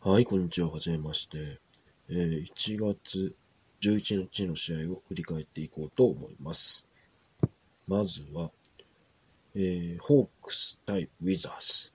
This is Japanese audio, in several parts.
はい、こんにちは。はじめまして。1月11日の試合を振り返っていこうと思います。まずは、ホークス対ウィザーズ。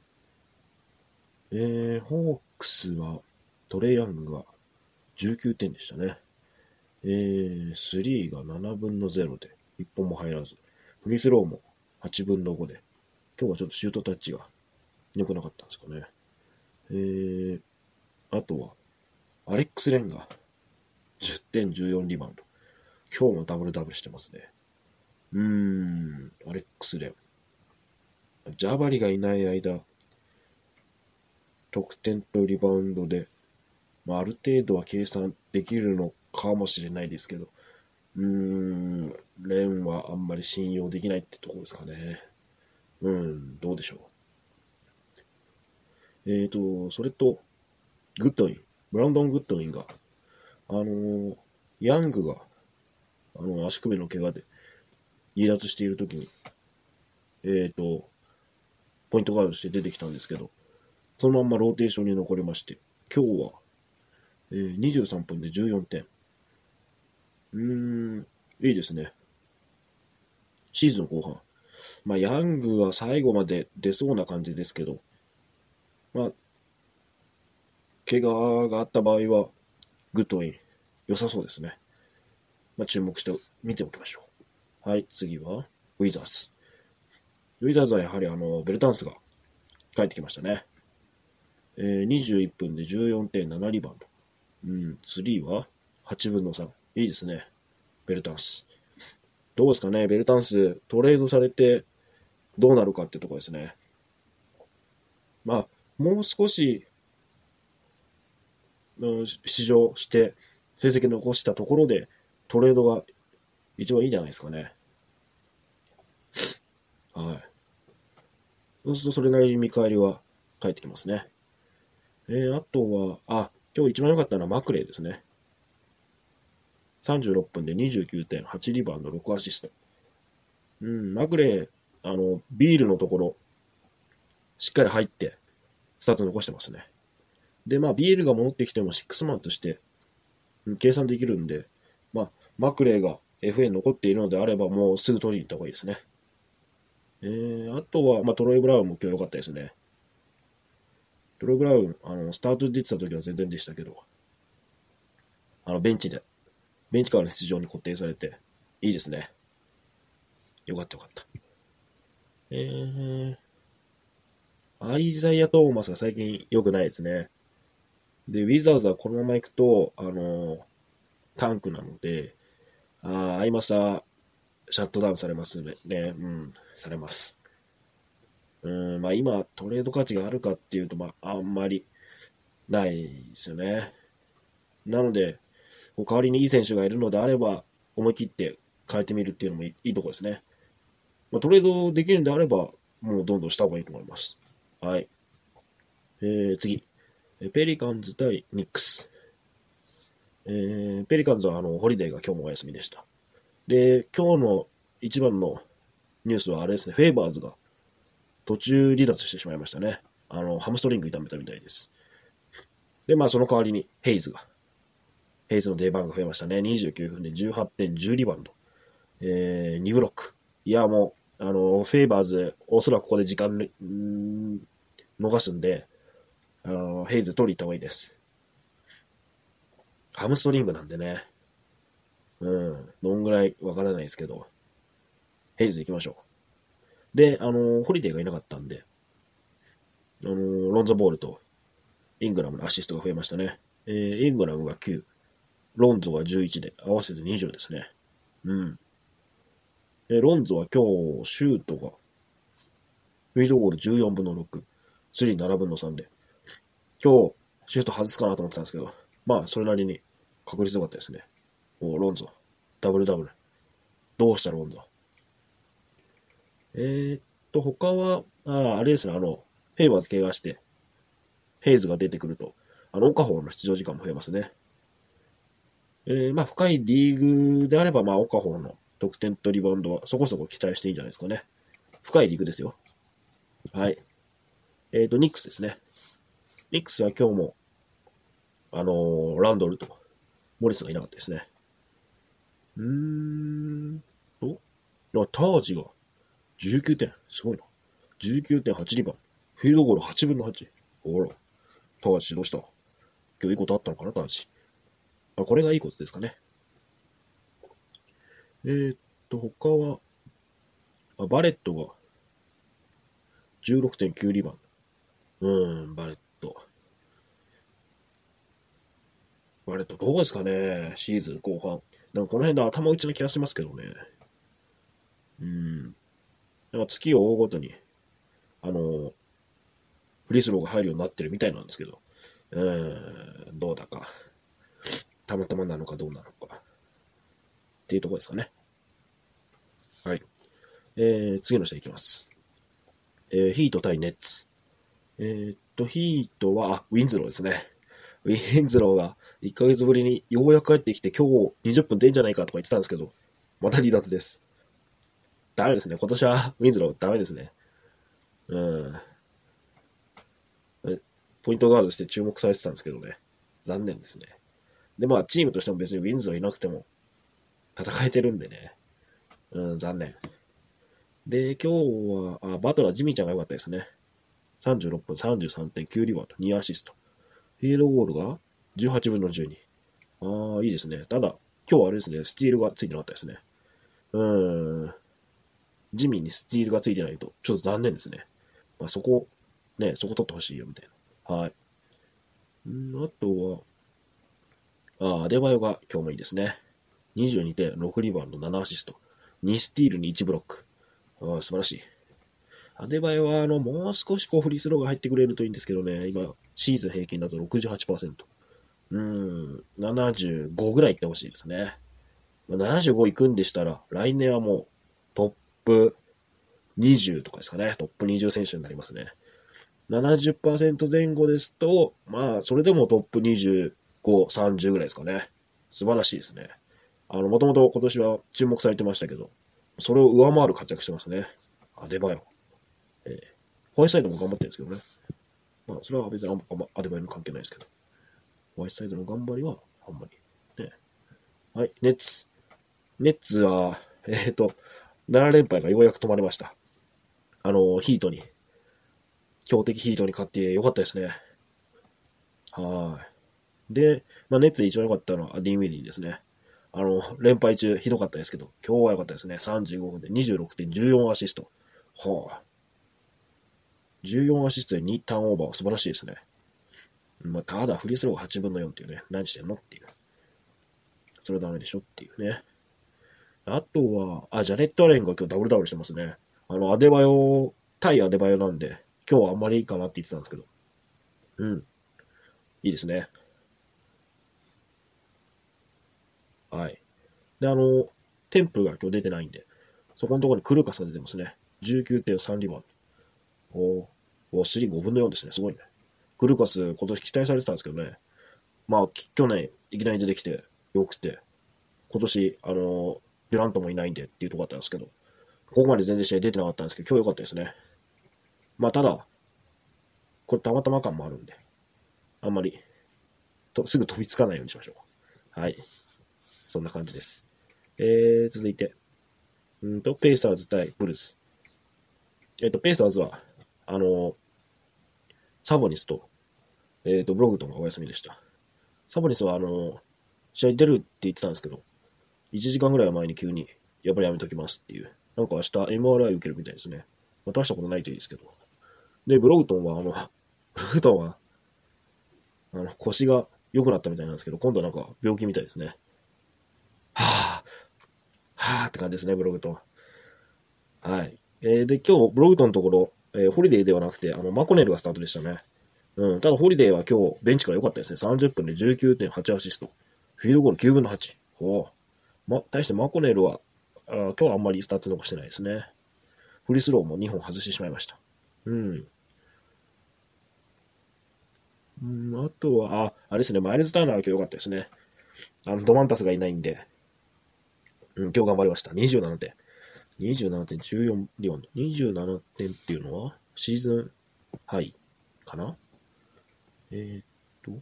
ホークスはトレイヤングが19点でしたね。スリーが7分の0で1本も入らず、フリースローも8分の5で、今日はちょっとシュートタッチが良くなかったんですかね。あとは、アレックス・レンが10点14リバウンド。今日もダブルダブルしてますね。アレックス・レン。ジャバリがいない間、得点とリバウンドで、ある程度は計算できるのかもしれないですけど、レンはあんまり信用できないってところですかね。どうでしょう。それと、グッドウィン。ブランドン・グッドウィンが、ヤングが、足首の怪我で離脱しているときに、ポイントガードして出てきたんですけど、そのまんまローテーションに残りまして、今日は、23分で14点。いいですね。シーズン後半。ヤングは最後まで出そうな感じですけど、怪我があった場合は、グッドウィン、良さそうですね。注目して見ておきましょう。はい、次は、ウィザーズ。ウィザーズはやはりベルタンスが帰ってきましたね。21分で 14.7 リバウンド。スリーは8分の3。いいですね。ベルタンス。どうですかね、ベルタンス、トレードされてどうなるかってところですね。もう少し、試乗して成績残したところでトレードが一番いいんじゃないですかね。はい。そうするとそれなりに見返りは返ってきますね。あとは、今日一番良かったのはマクレーですね。36分で 29.8 リバウンド6アシスト。マクレー、ビールのところ、しっかり入って、スタート残してますね。で、ビールが戻ってきてもシックスマンとして、計算できるんで、マクレーが FA に残っているのであれば、もうすぐ取りに行った方がいいですね。あとは、トロイ・ブラウンも今日良かったですね。トロイ・ブラウン、スタートで出てた時は全然でしたけど、ベンチからの出場に固定されて、いいですね。よかったよかった。アイザイア・トーマスが最近良くないですね。で、ウィザーズはこのまま行くと、タンクなので、アイマスはシャットダウンされますね。されます。今、トレード価値があるかっていうと、あんまりないですよね。なので、代わりにいい選手がいるのであれば、思い切って変えてみるっていうのもいいところですね。トレードできるんであれば、もうどんどんした方がいいと思います。はい。次。ペリカンズ対ニックス。ペリカンズはホリデーが今日もお休みでした。で、今日の一番のニュースはあれですね、フェイバーズが途中離脱してしまいましたね。ハムストリング痛めたみたいです。で、その代わりにヘイズの出番が増えましたね。29分で 18.10 リバウンド。2ブロック。いや、もう、フェイバーズ、おそらくここで時間、逃すんで、ヘイズ取りに行った方がいいです。ハムストリングなんでね。どんぐらいわからないですけど、ヘイズ行きましょう。で、ホリデーがいなかったんで、ロンゾボールとイングラムのアシストが増えましたね。イングラムが9、ロンゾが11で、合わせて20ですね。ロンゾは今日、シュートが、フィールドゴール14分の6、スリー7分の3で、今日、シュート外すかなと思ってたんですけど、それなりに確率良かったですね。ロンゾ、ダブルダブル。どうしたロンゾ。他は、あれですね、ヘイバーズ怪我して、ヘイズが出てくると、オカホーの出場時間も増えますね。深いリーグであれば、オカホーの得点とリバウンドはそこそこ期待していいんじゃないですかね。深いリーグですよ。はい。ニックスですね。 ニックスは今日も、ランドルとモリスがいなかったですね。タージが19点。すごいな。19.8リバウンド。フィールドゴール8分の8。ほら。タージどうした？今日いいことあったのかな、タージ。これがいいことですかね。他は、バレットが 16.9 リバウンド。バレット。どうですかね、シーズン後半。なんかこの辺で頭打ちな気がしますけどね。なんか月を追うごとに、フリースローが入るようになってるみたいなんですけど、どうだか。たまたまなのかどうなのか。っていうところですかね。はい。次の試合いきます。ヒート対ネッツ。ヒートは、ウィンズローですね。ウィンズローが1ヶ月ぶりにようやく帰ってきて、今日20分出んじゃないかとか言ってたんですけど、また離脱です。ダメですね。今年はウィンズローダメですね。ポイントガードとして注目されてたんですけどね。残念ですね。で、チームとしても別にウィンズローいなくても戦えてるんでね。残念。で、今日は、バトラー、ジミーちゃんが良かったですね。36分 33.9 リバウンド、2アシスト。フィールドゴールが18分の12。いいですね。ただ、今日はあれですね、スティールがついてなかったですね。ジミーにスティールがついてないと、ちょっと残念ですね。そこ取ってほしいよ、みたいな。はい。あとは、アデバヨが今日もいいですね。22点、6リバウンド、7アシスト。2スティールに1ブロック。素晴らしい。アデバヨは、もう少しフリースローが入ってくれるといいんですけどね、今、シーズン平均だと 68%。75ぐらいいってほしいですね。75いくんでしたら、来年はもうトップ20とかですかね。トップ20選手になりますね。70% 前後ですと、それでもトップ25、30ぐらいですかね。素晴らしいですね。もともと今年は注目されてましたけど、それを上回る活躍してますね。アデバヨ。ホワイトサイドも頑張ってるんですけどね。それは別にアデバヨに関係ないですけど。ホワイトサイドの頑張りはあんまり。ね。はい、ネッツ。ネッツは、7連敗がようやく止まりました。ヒートに。強敵ヒートに勝ってよかったですね。はい。で、ネッツで一番良かったのはディーン・ウィリーですね。連敗中ひどかったですけど、今日は良かったですね。35分で26点、14アシスト。14アシストで2ターンオーバーは素晴らしいですね。ただフリースローが8分の4っていうね、何してんのっていう。それはダメでしょっていうね。あとは、ジャネット・アレンが今日ダブルダブルしてますね。アデバヨ、対アデバヨなんで、今日はあんまりいいかなって言ってたんですけど。いいですね。はい。で、テンプルが今日出てないんで、そこのところにクルーカスが出てますね。19.3 リバウンド。スリー5分の4ですね。すごいね。クルーカス今年期待されてたんですけどね。去年いきなり出てきてよくて、今年、デュラントもいないんでっていうところだったんですけど、ここまで全然試合出てなかったんですけど、今日良かったですね。ただ、これたまたま感もあるんで、あんまりすぐ飛びつかないようにしましょう。はい。そんな感じです。続いて、ペイサーズ対ブルース。ペイサーズは、サボニスと、ブログトンがお休みでした。サボニスは、試合出るって言ってたんですけど、1時間ぐらい前に急に、やっぱりやめときますっていう。なんか明日 MRI 受けるみたいですね。大したことないといいですけど。で、ブログトンは、腰が良くなったみたいなんですけど、今度はなんか病気みたいですね。はぁって感じですね、ブログトン。はい。で、今日、ブログトンのところ、ホリデーではなくて、マコネルがスタートでしたね。ただ、ホリデーは今日、ベンチから良かったですね。30分で 19.8 アシスト。フィールドゴール9分の8。対してマコネルは、今日はあんまりスタッツ残してないですね。フリースローも2本外してしまいました。あとは、あれですね、マイルズ・ターナーは今日良かったですね。ドマンタスがいないんで、今日頑張りました。27点。27点、14リバウンド。27点っていうのは、シーズンハイかなえーっと、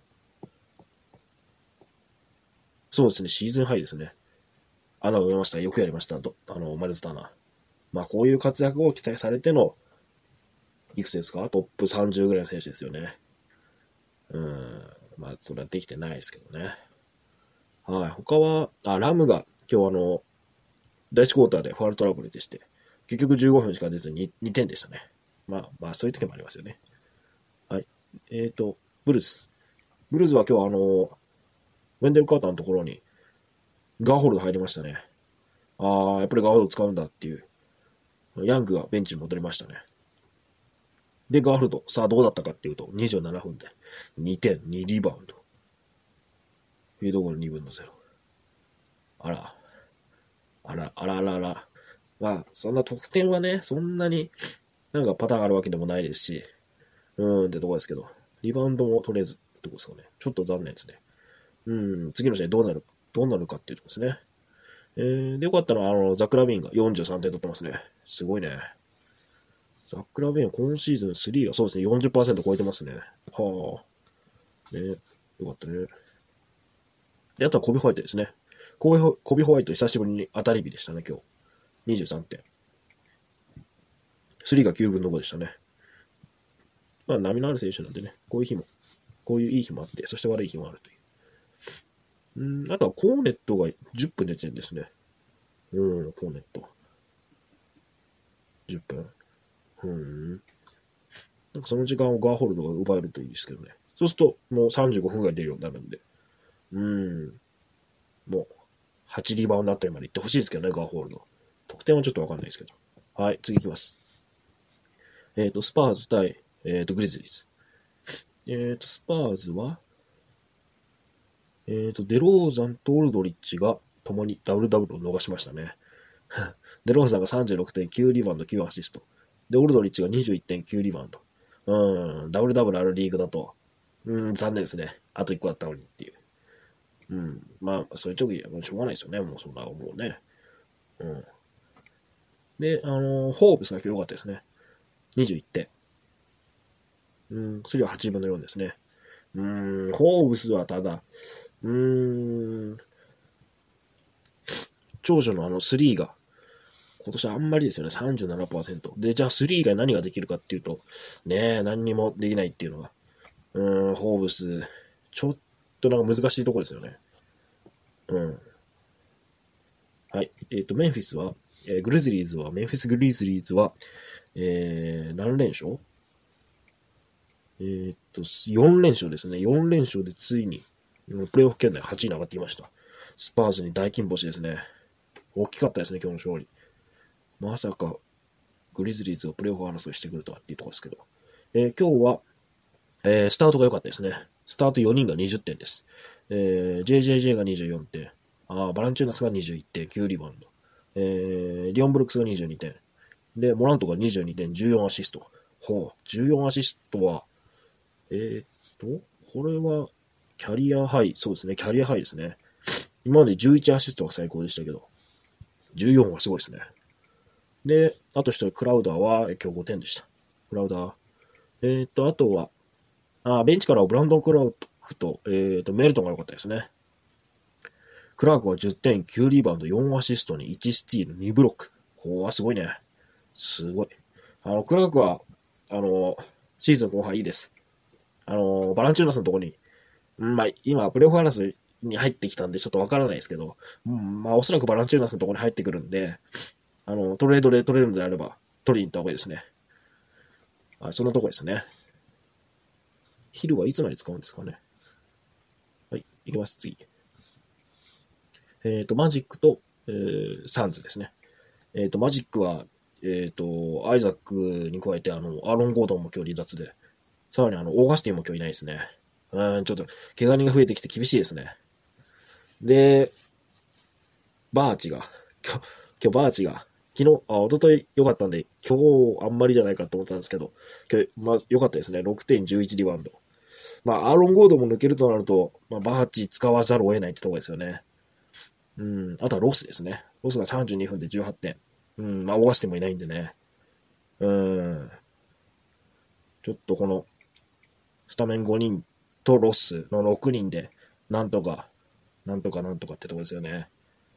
そうですね、シーズンハイですね。穴を埋めました。よくやりました。マイルズ・ターナー。まあ、こういう活躍を期待されての、いくつですかトップ30ぐらいの選手ですよね。まあ、それはできてないですけどね。はい。他は、ラムが今日第1クォーターでファールトラブルでして、結局15分しか出ずに2点でしたね。まあ、そういう時もありますよね。はい。ブルーズ。ブルーズは今日ウェンデル・カーターのところにガーホールド入りましたね。やっぱりガーホールド使うんだっていう。ヤングがベンチに戻りましたね。で、ガーホールド、さあどうだったかっていうと、27分で2点、2リバウンド。フィードゴール2分の0。あら、あら。まあ、そんな得点はね、そんなになんかパターンあるわけでもないですし、ってとこですけど、リバウンドも取れずってことですかね。ちょっと残念ですね。次の試合どうなるかっていうとこですね。で、よかったのは、ザクラビーンが43点取ってますね。すごいね。ザクラビーン今シーズン3がそうですね、40%超えてますね。はあ。ね、よかったね。で、あとはコビホワイトですね。コビホワイト久しぶりに当たり日でしたね、今日。23点。3が9分の5でしたね。まあ、波のある選手なんでね、こういう日も、こういういい日もあって、そして悪い日もあるという。あとはコーネットが10分出てるんですね。コーネット。10分。なんかその時間をガーホールドが奪えるといいですけどね。そうすると、もう35分ぐらい出るようになるんで。もう、8リバウンドあたりまで行ってほしいですけどね、ガーホールド。得点はちょっとわかんないですけど。はい、次行きます。スパーズ対、グリズリーズ。スパーズは、デローザンとオルドリッチが共にダブルダブルを逃しましたね。デローザンが36.9リバウンド9アシスト。で、オルドリッチが21.9リバウンド。ダブルダブルあるリーグだと、残念ですね。あと1個あったのにっていう。まあ、そういう時はしょうがないですよね。もうそんな、もうね。で、ホーブスが良かったですね。21点。それは8分の4ですね。ホーブスはただ、長女の3が、今年あんまりですよね、37%。で、じゃあ3以外何ができるかっていうと、ね何にもできないっていうのが、ホーブス、ちょっとなんか難しいところですよね。はい。メンフィスは、グリズリーズは、メンフィスグリズリーズは、何連勝4連勝ですね。4連勝でついに、プレイオフ圏内8位に上がってきました。スパーズに大金星ですね。大きかったですね、今日の勝利。まさか、グリズリーズがプレイオフ争いしてくるとはっていうところですけど。今日は、スタートが良かったですね。スタート4人が20点です。JJJ が24点。バランチューナスが21点、9リバウンド。リオンブルックスが22点。で、モラントが22点、14アシスト。14アシストは、これは、キャリアハイ、そうですね、キャリアハイですね。今まで11アシストが最高でしたけど、14はすごいですね。で、あと一人、クラウダーは今日5点でした。クラウダー。あとは、ベンチからはブランドン・クラークと、メルトンが良かったですね。クラークは10点、9リバウンド、4アシストに1スティール、2ブロック。すごいね。すごい。クラークは、シーズン後半いいです。バランチューナスのところに、今、プレーオフ争いに入ってきたんで、ちょっとわからないですけど、おそらくバランチューナスのところに入ってくるんで、トレードで取れるのであれば、取りに行った方がいいですね。そんなとこですね。ヒルはいつまで使うんですかね。はい、いきます、次。マジックと、サンズですね。マジックは、アイザックに加えて、アーロン・ゴードンも今日離脱で、さらにオーガスティンも今日いないですね。ちょっと、怪我人が増えてきて厳しいですね。で、バーチが、今日バーチが、昨日、一昨日良かったんで、今日あんまりじゃないかと思ったんですけど、今日、良かったですね。6.11リバウンド。アーロン・ゴードンも抜けるとなると、バーチ使わざるを得ないってとこですよね。あとはロスですね。ロスが32分で18点。オーガスティンもいないんでね。ちょっとこの、スタメン5人とロスの6人で、なんとかってとこですよね。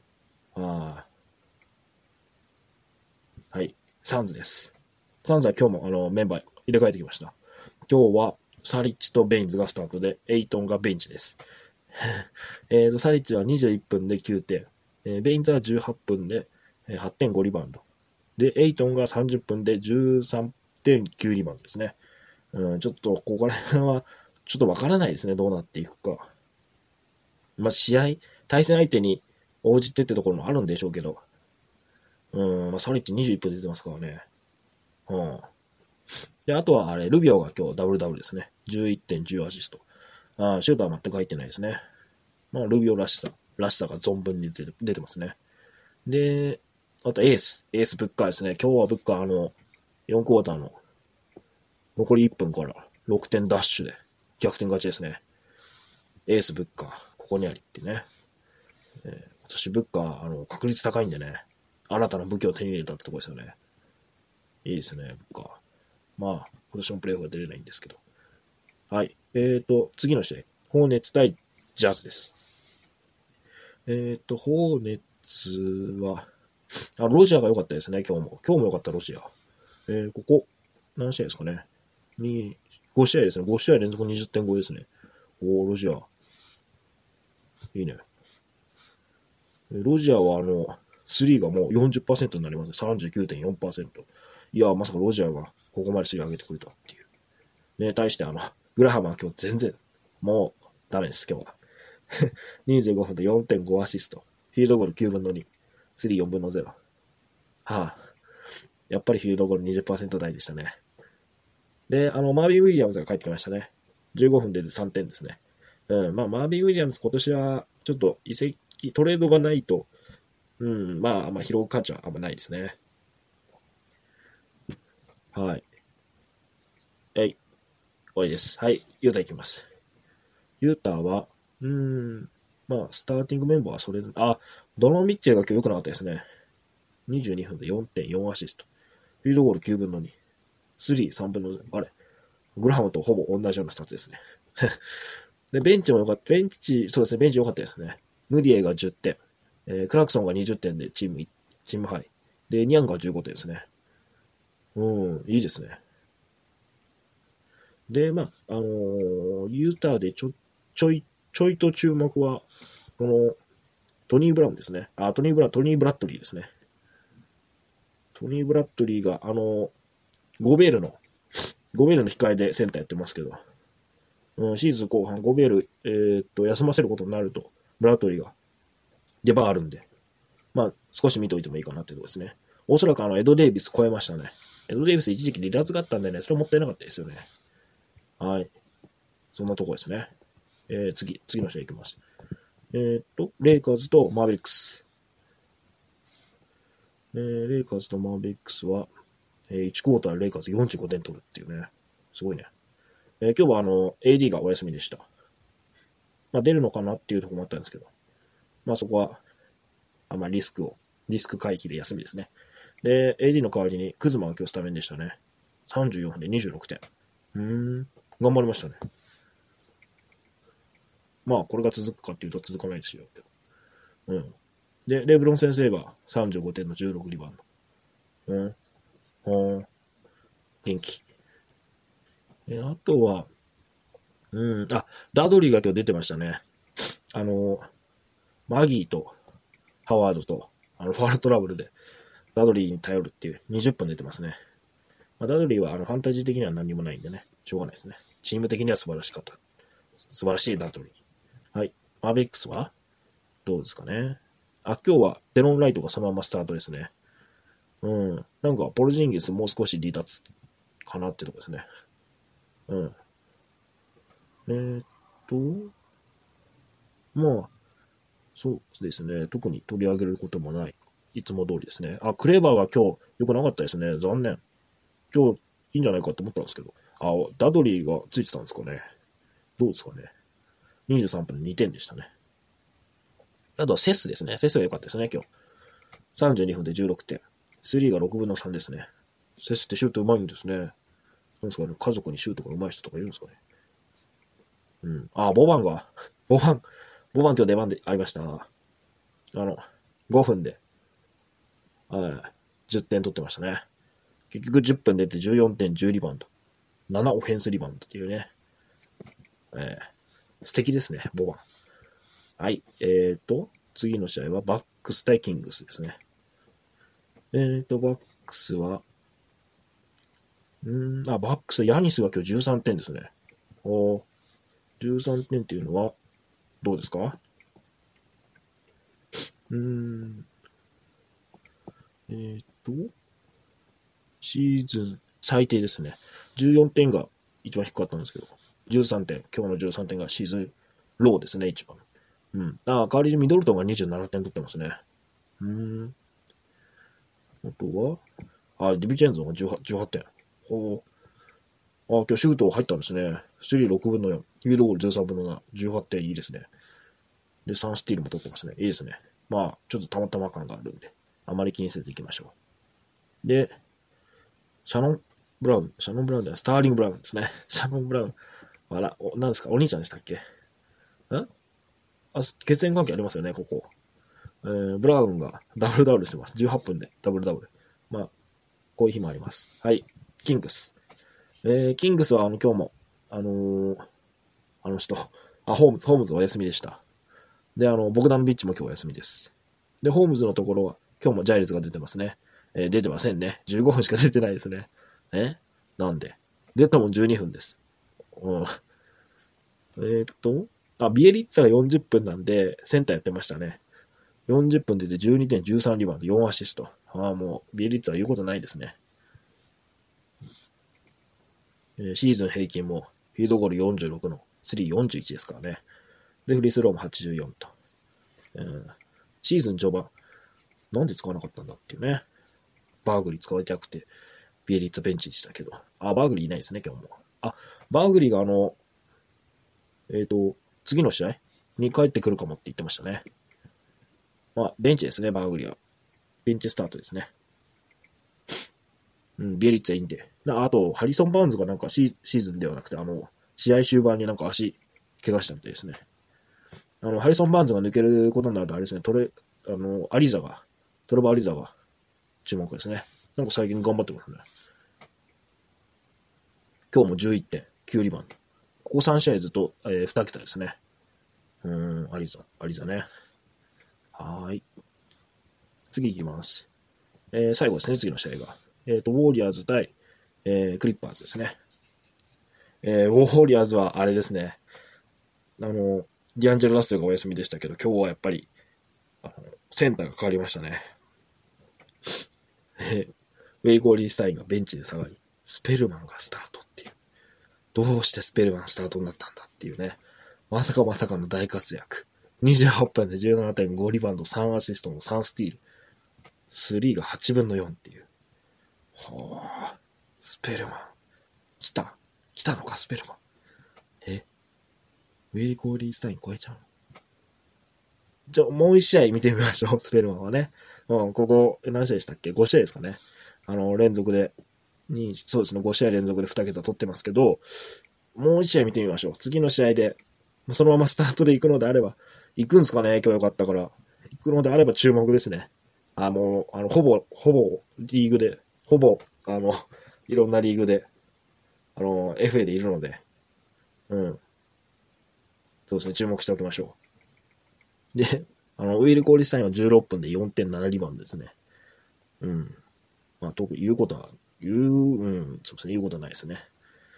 はい。サンズです。サンズは今日もメンバー入れ替えてきました。今日はサリッチとベインズがスタートで、エイトンがベンチです。サリッチは21分で9点、ベインズは18分で 8.5 リバウンド。で、エイトンが30分で 13.9 リバウンドですね。ちょっと、ここら辺は、ちょっとわからないですね。どうなっていくか。まあ、対戦相手に応じてってところもあるんでしょうけど。サリッチ21分出てますからね。で、あとはルビオが今日ダブルダブルですね。11点、10アシスト。シュートは全く入ってないですね。ルビオらしさが存分に出てますね。で、あとエースブッカーですね。今日はブッカー4クォーターの残り1分から6点ダッシュで逆転勝ちですね。エースブッカー、ここにありってね。今年ブッカー、確率高いんでね、新たな武器を手に入れたってとこですよね。いいですね、ブッカー。今年もプレーオフが出れないんですけど。はい。次の試合。ホーネッツ対ジャズです。ホーネッツは、ロジアが良かったですね、今日も。今日も良かった、ロジア。ここ、何試合ですかね。5試合ですね。5試合連続20点超えですね。ロジア。いいね。ロジアはスリーがもう 40% になりますね。39.4%。いや、まさかロジアがここまでスリー上げてくれたっていう。ね、対してグラハムは今日全然、もうダメです、今日は。25分で 4.5 アシスト。フィールドゴール9分の2。スリー4分の0。やっぱりフィールドゴール 20% 台でしたね。で、マービン・ウィリアムズが帰ってきましたね。15分で3点ですね。マービン・ウィリアムズ今年はちょっと移籍、トレードがないと、拾う価値はあんまないですね。はい。終わりです。はい。ユータ行きます。ユータは、スターティングメンバーはそれ、ドノン・ミッチェルが今日良くなかったですね。22分で 4.4 アシスト。フィールドゴール9分の2。スリー3分の0。グラハムとほぼ同じようなスタッツですね。で、ベンチも良かった。ベンチ良かったですね。ムディエが10点。クラクソンが20点でチームハイ。で、ニャンが15点ですね。いいですね。で、ユーターでちょいと注目は、この、トニー・ブラウンですね。トニー・ブラッドリーですね。トニー・ブラッドリーが、ゴベールの控えでセンターやってますけど、シーズン後半、ゴベール、休ませることになると、ブラッドリーが出番あるんで、少し見ておいてもいいかなっていうところですね。おそらくエド・デイビス超えましたね。エド・デイビス一時期離脱があったんでね、それもったいなかったですよね。はい。そんなとこですね。次の試合いきます。レイカーズとマーベリックス。レイカーズとマーベリックスは、1クォーターレイカーズ45点取るっていうね。すごいね。今日はAD がお休みでした。出るのかなっていうところもあったんですけど、そこは、リスク回避で休みですね。で、AD の代わりにクズマが今日スタメンでしたね。34分で26点。頑張りましたね。これが続くかっていうと続かないですよ。で、レブロン先生が35点の16リバウンド。元気。あとは、ダドリーが今日出てましたね。マギーとハワードと、ファールトラブルで、ダドリーに頼るっていう20分出てますね。ダドリーはファンタジー的には何にもないんでね、しょうがないですね。チーム的には素晴らしかった。素晴らしいダドリー。はい。マーベリックスはどうですかね。今日はデロン・ライトがそのままスタートですね。なんか、ポルジンギスもう少し離脱かなってとこですね。そうですね。特に取り上げることもない。いつも通りですね。クレーバーが今日良くなかったですね。残念。今日いいんじゃないかと思ったんですけど。ダドリーがついてたんですかね。どうですかね。23分で2点でしたね。あとはセスですね。セスが良かったですね、今日。32分で16点。スリーが6分の3ですね。セスってシュート上手いんですね。なんですかね。家族にシュートが上手い人とかいるんですかね。 うん。あ、ボバンが、ボバン、ボバン今日出番でありました。5分で、10点取ってましたね。結局10分出て14点、10リバウンド。7オフェンスリバウンドっていうね。素敵ですね、ボバン。はい。次の試合はバックス対キングスですね。バックスは、バックスはヤニスが今日13点ですね。13点っていうのは、どうですか？シーズン最低ですね。14点が一番低かったんですけど、13点、今日の13点がシーズンローですね、一番。代わりにミドルトンが27点取ってますね。あとは、ディビチェンゾが18点。今日シュート入ったんですね。スリー6分の4、フィールドゴール13分の7、18点いいですね。で、3スティールも取ってますね。いいですね。ちょっとたまたま感があるんで、あまり気にせずいきましょう。で、シャノン・ブラウンじゃない、スターリング・ブラウンですね。シャノン・ブラウン。何ですか、お兄ちゃんでしたっけ？血縁関係ありますよね、ここ。ブラウンがダブルダブルしてます。18分でダブルダブル。こういう日もあります。はい。キングス。キングスは今日も、ホームズお休みでした。で、ボグダンビッチも今日お休みです。で、ホームズのところは、今日もジャイルズが出てますね。出てませんね。15分しか出てないですね。なんで出たもん12分です。ビエリッツァが40分なんで、センターやってましたね。40分出て12点、13リバウンド、4アシスト。もう、ビエリッツァは言うことないですね。シーズン平均も、フィールドゴール46の、341ですからね。で、フリースローも84と。シーズン序盤、なんで使わなかったんだっていうね。バーグリー使われたくて、ビエリッツァベンチでしたけど。バーグリーいないですね、今日も。バーグリーが次の試合に帰ってくるかもって言ってましたね。ベンチですね、バーグリーは。ベンチスタートですね。ビエリッツァいいんで。あと、ハリソン・バーンズがなんかシーズンではなくて、試合終盤になんか足、怪我したみたいですね。ハリソン・バーンズが抜けることになると、あれですね、トレバー・アリザが注目ですね。なんか最近頑張ってますね。今日も11点、9リバウンド。ここ3試合ずっと、2桁ですね。アリザね。次行きます。最後ですね、次の試合が。ウォーリアーズ対、クリッパーズですね。ウォーリアーズはあれですね。ディアンジェロ・ラッセルがお休みでしたけど、今日はやっぱり、センターが変わりましたね。ウェイ・ゴーリー・スタインがベンチで下がり、スペルマンがスタートっていう。どうしてスペルマンスタートになったんだっていうね。まさかの大活躍。28分で 17.5 リバウンド、3アシストの3スティール。3が8分の4っていう。スペルマン。来たのか、スペルマン。ウェイ・ゴーリー・スタイン超えちゃうの？もう一試合見てみましょう、スペルマンはね。ここ、何試合でしたっけ？ 5 試合ですかね。連続で、そうですね、5試合連続で2桁取ってますけど、もう一試合見てみましょう。次の試合で、そのままスタートで行くのであれば、行くんですかね？今日よかったから。行くのであれば注目ですね。ほぼリーグで、いろんなリーグで、FA でいるので、そうですね、注目しておきましょう。で、ウィル・コーリスタインは16分で 4.7 リバウンドですね。特に言うことはそうですね、言うことはないですね。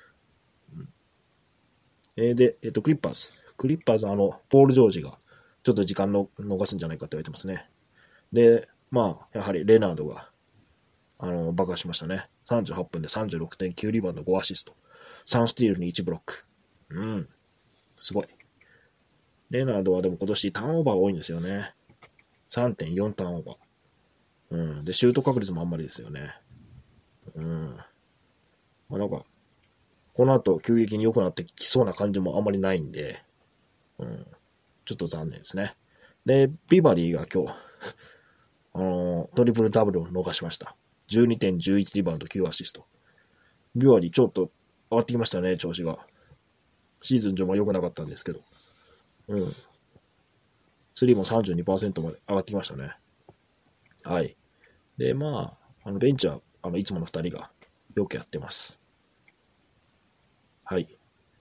で、クリッパーズ。クリッパーズはポール・ジョージが、ちょっと時間の逃すんじゃないかって言われてますね。で、やはりレナードが、爆破しましたね。38分で 36.9 リバウンド5アシスト。3スティールに1ブロック。すごい。レナードはでも今年ターンオーバーが多いんですよね。3.4 ターンオーバー。で、シュート確率もあんまりですよね。なんか、この後急激に良くなってきそうな感じもあんまりないんで、ちょっと残念ですね。で、ビバリーが今日、トリプルダブルを逃しました。12点、11リバウンド、9アシスト。ビバリーちょっと上がってきましたね、調子が。 シーズン上も良くなかったんですけど。スリーも 32% まで上がってきましたね。はい。で、ベンチは、いつもの2人がよくやってます。はい。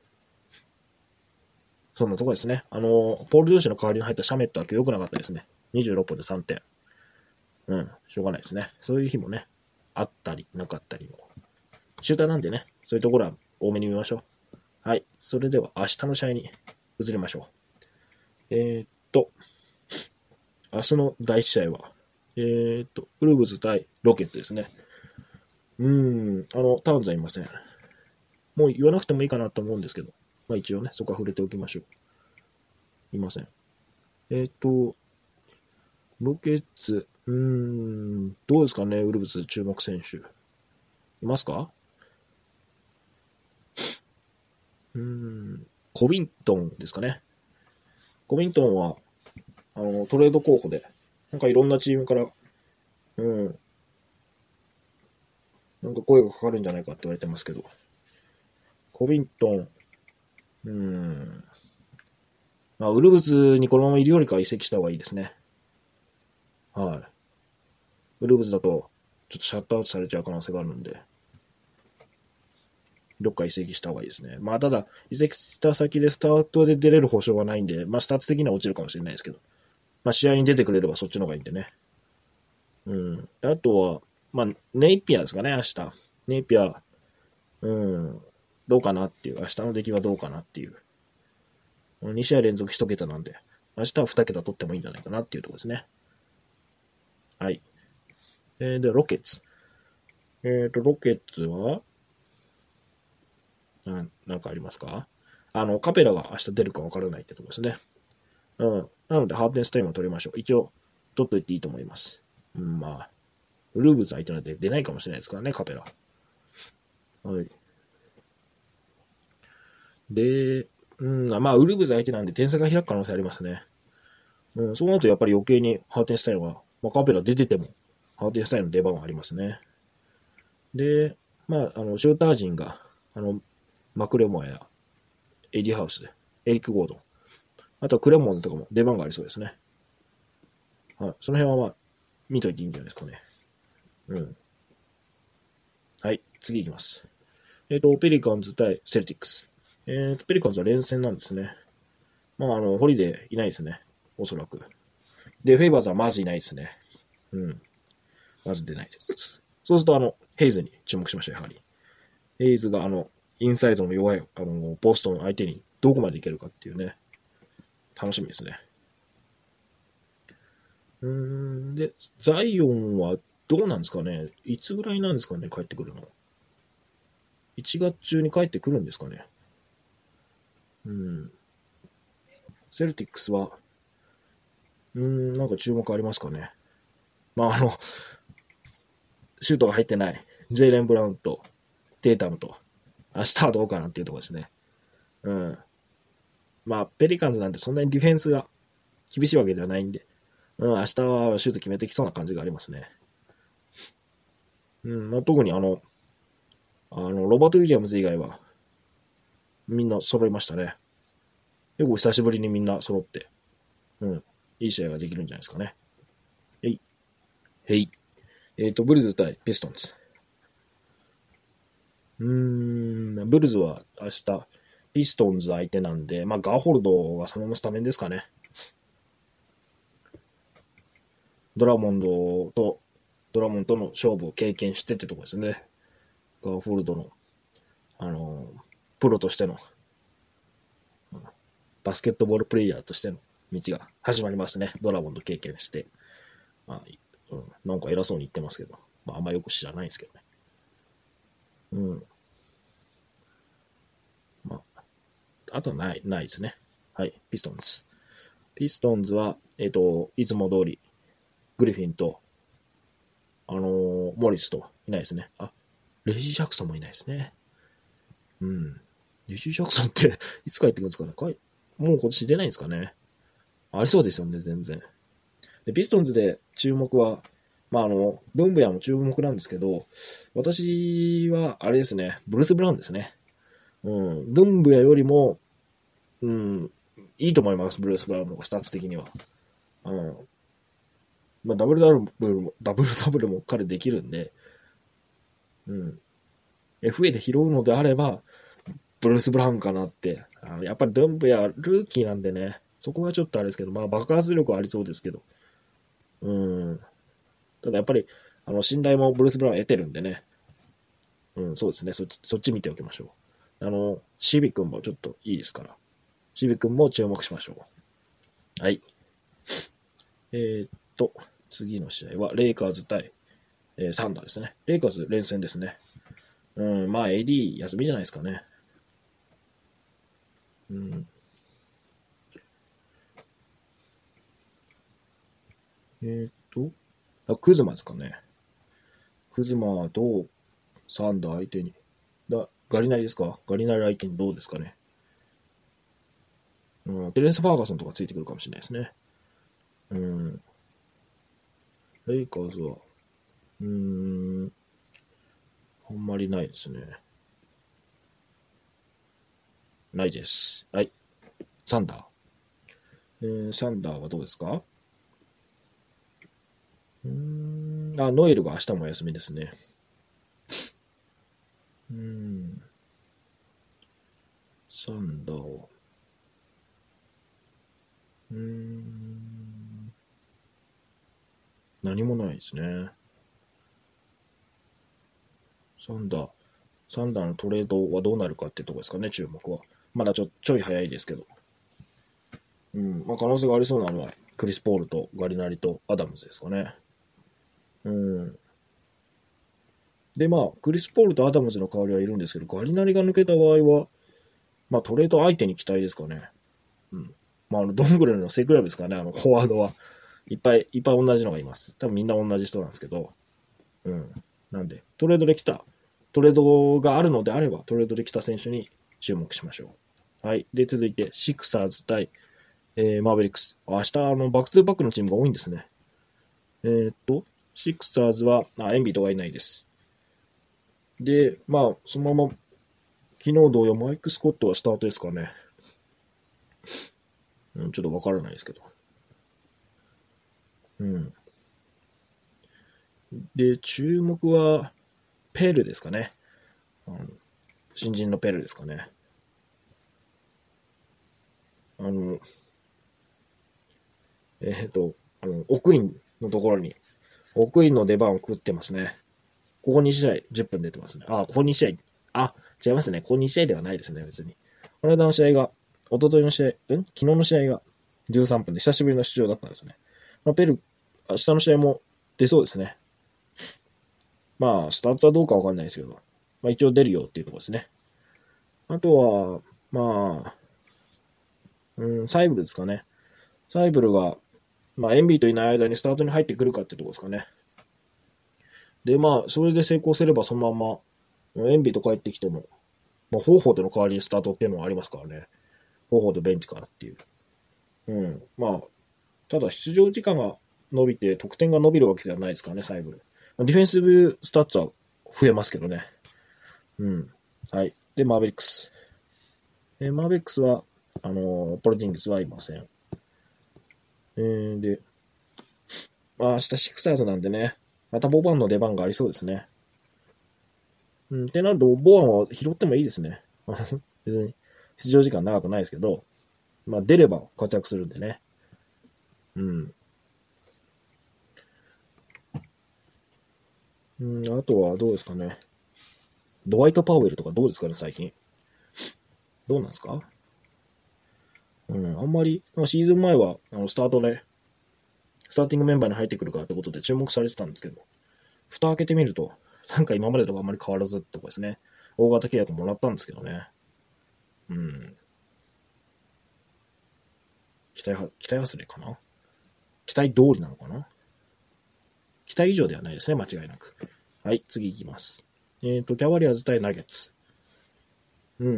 そんなとこですね。ポール・ジョーシの代わりに入ったシャメットは今日良くなかったですね。26本で3点。しょうがないですね。そういう日もね、あったり、なかったりの。シューターなんでね、そういうところは多めに見ましょう。はい。それでは明日の試合に移りましょう。明日の第1試合は、ウルブズ対ロケットですね。タウンズはいません。もう言わなくてもいいかなと思うんですけど、一応ね、そこは触れておきましょう。いません。ロケッツ、どうですかね、ウルブズ注目選手。いますか？コビントンですかね。コビントンは、トレード候補で、なんかいろんなチームから、なんか声がかかるんじゃないかって言われてますけど、コビントン、ウルブズにこのままいるよりかは移籍した方がいいですね。はい。ウルブズだと、ちょっとシャットアウトされちゃう可能性があるんで、どっか移籍した方がいいですね。ただ、移籍した先でスタートで出れる保証はないんで、スタート的には落ちるかもしれないですけど、試合に出てくれればそっちの方がいいんでね。あとは、ネイピアですかね、明日。ネイピア、どうかなっていう、明日の出来はどうかなっていう。2試合連続1桁なんで、明日は2桁取ってもいいんじゃないかなっていうところですね。はい。で、ロケッツ。ロケッツは、なんかありますか？カペラが明日出るか分からないってとこですね。なので、ハーテンスタイムを取りましょう。一応、取っといていいと思います。ウルーブズ相手なんで出ないかもしれないですからね、カペラ。はい。で、ウルーブズ相手なんで点差が開く可能性ありますね。そうなるとやっぱり余計にハーテンスタインは、カペラ出てても、ハーテンスタインの出番はありますね。で、シューター陣が、マクレモアやエディハウス、エリック・ゴードン、あとはクレモンズとかも出番がありそうですね。はい。その辺は見といていいんじゃないですかね。はい、次いきます。ペリカンズ対セルティックス。ペリカンズは連戦なんですね。ホリデーいないですね。おそらく。で、フェイバーズはまずいないですね。まず出ないです。そうすると、ヘイズに注目しましょう、やはり。ヘイズが、インサイドの弱い、ポストの相手にどこまでいけるかっていうね。楽しみですね。で、ザイオンはどうなんですかね？いつぐらいなんですかね、帰ってくるの。1月中に帰ってくるんですかね。セルティックスは、なんか注目ありますかね。シュートが入ってない、ジェイレン・ブラウンと、テータムと、明日はどうかなっていうところですね。ペリカンズなんてそんなにディフェンスが厳しいわけではないんで、明日はシュート決めてきそうな感じがありますね。特にロバート・ウィリアムズ以外は、みんな揃いましたね。結構久しぶりにみんな揃って、いい試合ができるんじゃないですかね。ブルズ対ピストンズ。ブルズは明日、ピストンズ相手なんで、ガーホルドがそのままスタメンですかね。ドラモンドの勝負を経験してってとこですね。ガーホルドの、プロとしての、バスケットボールプレイヤーとしての道が始まりますね。ドラモンド経験して。なんか偉そうに言ってますけど、あんまよく知らないですけどね。あとはないですね。はい、ピストンズ。ピストンズは、いつも通り、グリフィンと、モリスといないですね。レジー・ジャクソンもいないですね。レジー・ジャクソンっていつ帰ってくるんですかね。もう今年出ないんですかね。ありそうですよね、全然。で、ピストンズで注目は、ドンブヤも注目なんですけど、私は、あれですね、ブルース・ブラウンですね。ドンブヤよりも、 うん、いいと思います、ブルース・ブラウンの方がスタッツ的には。うん。まあ、ダブルダブルも彼できるんで、うん。FA で拾うのであれば、ブルース・ブラウンかなって。やっぱりドンブやルーキーなんでね、そこがちょっとあれですけど、まあ爆発力はありそうですけど、うん。ただやっぱり、信頼もブルース・ブラウン得てるんでね、うん、そうですね、そっち見ておきましょう。シビ君もちょっといいですから、シビ君も注目しましょう。はい。えーっと、次の試合は、レイカーズ対、サンダーですね。レイカーズ連戦ですね。うん、まあ AD 休みじゃないですかね。うん。クズマですかね。クズマはどう、サンダー相手に。ガリナリですか？ガリナリ相手にどうですかね。うん、テレンス・ファーガソンとかついてくるかもしれないですね。うん。レイカーズは、うーん、あんまりないですね。ないです。はい。サンダー。サンダーはどうですか？ノエルが明日も休みですね。うーん、サンダーは、何もないですね。サンダー、サンダーのトレードはどうなるかってとこですかね、注目は。まだちょい早いですけど。うん、まあ可能性がありそうなのは、クリス・ポールとガリナリとアダムズですかね。うん。で、まあ、クリス・ポールとアダムズの代わりはいるんですけど、ガリナリが抜けた場合は、まあ、トレード相手に期待ですかね。うん。まあ、ドングレの背比べですかね、フォワードは。いっぱい同じのがいます。多分みんな同じ人なんですけど、うん。なんで、トレードがあるのであれば、トレードで来た選手に注目しましょう。はい。で、続いて、シクサーズ対、マーベリックス。明日、バックトゥーバックのチームが多いんですね。シクサーズは、エンビーとがいないです。で、まあ、そのまま、昨日同様、マイク・スコットはスタートですかね。うん、ちょっとわからないですけど。うん。で、注目は、ペルですかね。うん、新人のペルですかね。あの、奥院のところに、奥院の出番を食ってますね。ここ2試合10分出てますね。ここ2試合。違いますね。ここ2試合ではないですね、別に。この間の試合が、一昨日の試合、昨日の試合が13分で久しぶりの出場だったんですね。まあ、ペル、明日の試合も出そうですね。まあ、スタッツはどうかわかんないですけど、まあ一応出るよっていうところですね。あとは、まあ、サイブルですかね。サイブルが、まあ、エンビーといない間にスタートに入ってくるかってところですかね。で、まあ、それで成功すればそのまま、エンビーと帰ってきても、まあ、方法での代わりにスタートっていうのはありますからね。方法とベンチからっていう。うん。まあ、ただ出場時間が伸びて得点が伸びるわけではないですからね、サイブル。ディフェンシブスタッツは増えますけどね。うん。はい。で、マーベリックス。マーベリックスは、ポルティングスはいません。で、まあ、明日シクサーズなんでね、またボバンの出番がありそうですね。ってなると、ボアンは拾ってもいいですね。別に、出場時間長くないですけど、まあ、出れば活躍するんでね。うん。あとはどうですかね。ドワイト・パウエルとかどうですかね、最近。どうなんですか？あんまり、シーズン前は、スターティングメンバーに入ってくるかってことで注目されてたんですけど、蓋開けてみると、なんか今までとあんまり変わらずってとこですね。大型契約もらったんですけどね。うん。期待外れかな？期待通りなのかな？期待以上ではないですね、間違いなく。はい、次いきます。キャバリアーズ対ナゲッツ。うん。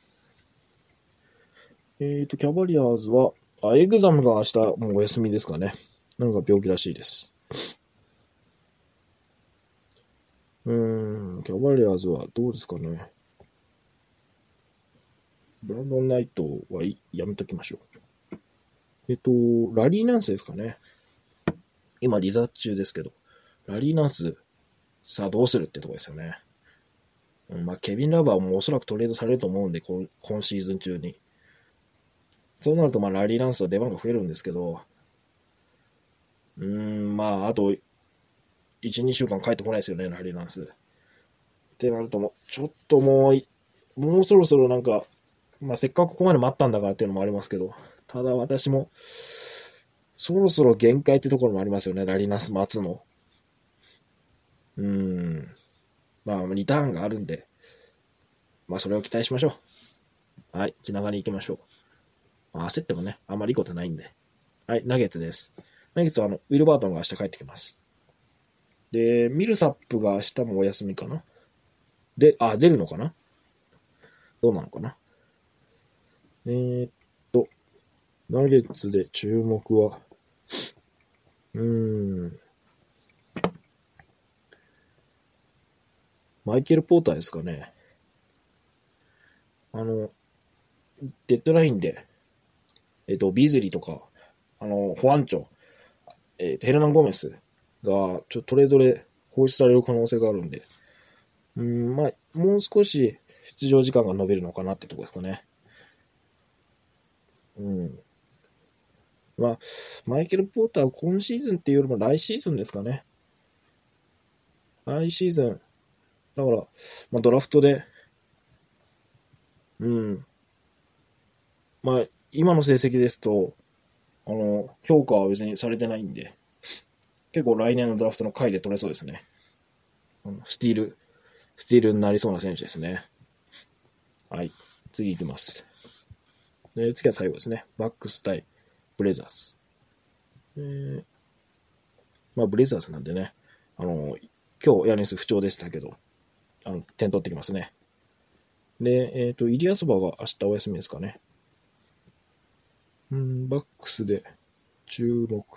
キャバリアーズは、エグザムが明日もうお休みですかね。なんか病気らしいです。キャバリアーズはどうですかね。 ブランドン・ナイトはやめときましょう。ラリー・ナンスですかね。今、離脱中ですけど。ラリー・ナンス、さあどうするってとこですよね。まあ、ケビン・ラバーもおそらくトレードされると思うんで、今シーズン中に。そうなると、まあ、ラリー・ナンスは出番が増えるんですけど、まあ、あと、1、2週間帰ってこないですよね、ラリー・ナンス。ってなると、ちょっともうそろそろなんか、まあ、せっかくここまで待ったんだからっていうのもありますけど、ただ私も、そろそろ限界ってところもありますよね、ラリー・ナンス待つの。まあ、リターンがあるんで、まあ、それを期待しましょう。はい、気長に行きましょう。焦ってもね、あんまりいいことないんで。はい、ナゲッツです。ナゲッツはウィルバートンが明日帰ってきます。で、ミルサップが明日もお休みかな。で、出るのかな、どうなのかな。ナゲッツで注目は、マイケル・ポーターですかね。デッドラインで、ビズリーとか、ホアンチョ、ヘルナン・ゴメスが、トレードで放出される可能性があるんで、まあ、もう少し出場時間が伸びるのかなってとこですかね。まあ、マイケル・ポーターは今シーズンっていうよりも来シーズンですかね。来シーズン、だから、まあ、ドラフトで、まあ、今の成績ですと、評価は別にされてないんで、結構来年のドラフトの回で取れそうですね。スティールになりそうな選手ですね。はい。次いきます。次は最後ですね。バックス対ブレザーズ。まあ、ブレザーズなんでね、今日ヤニス不調でしたけど、点取ってきますね。で、イリアスバーが明日お休みですかね。バックスで注目。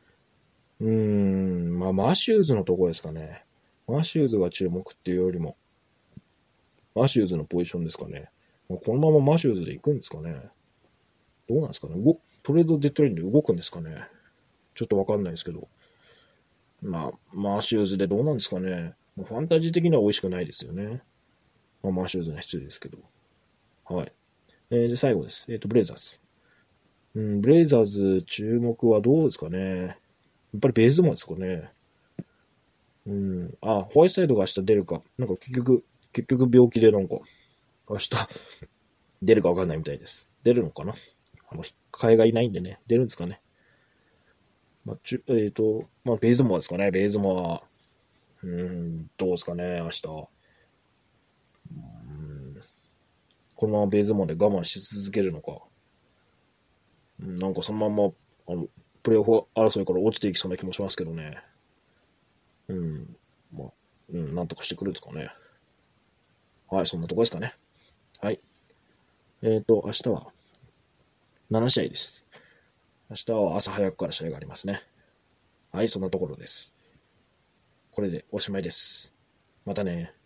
まあ、マシューズのとこですかね。マシューズが注目っていうよりも、マシューズのポジションですかね。このままマシューズで行くんですかね。どうなんですかね。トレードデッドラインで動くんですかね。ちょっとわかんないですけど。まあ、マシューズでどうなんですかね。ファンタジー的には美味しくないですよね。まあ、マシューズの失礼ですけど。はい。で、最後です。ブレイザーズ。ブレイザーズ注目はどうですかね。やっぱりベーズマンですかね。ホワイトサイドが明日出るか。なんか結局病気でなんか、明日出るかわかんないみたいです。出るのかな、替えがいないんでね。出るんですかね。まあ、ベーズモアですかね。ベーズモア。どうですかね、明日。このままベーズモアで我慢し続けるのか。なんかそのまま、プレーオフ争いから落ちていきそうな気もしますけどね。まあ、なんとかしてくるんですかね。はい、そんなとこですかね。はい。明日は7試合です。明日は朝早くから試合がありますね。はい、そんなところです。これでおしまいです。またね。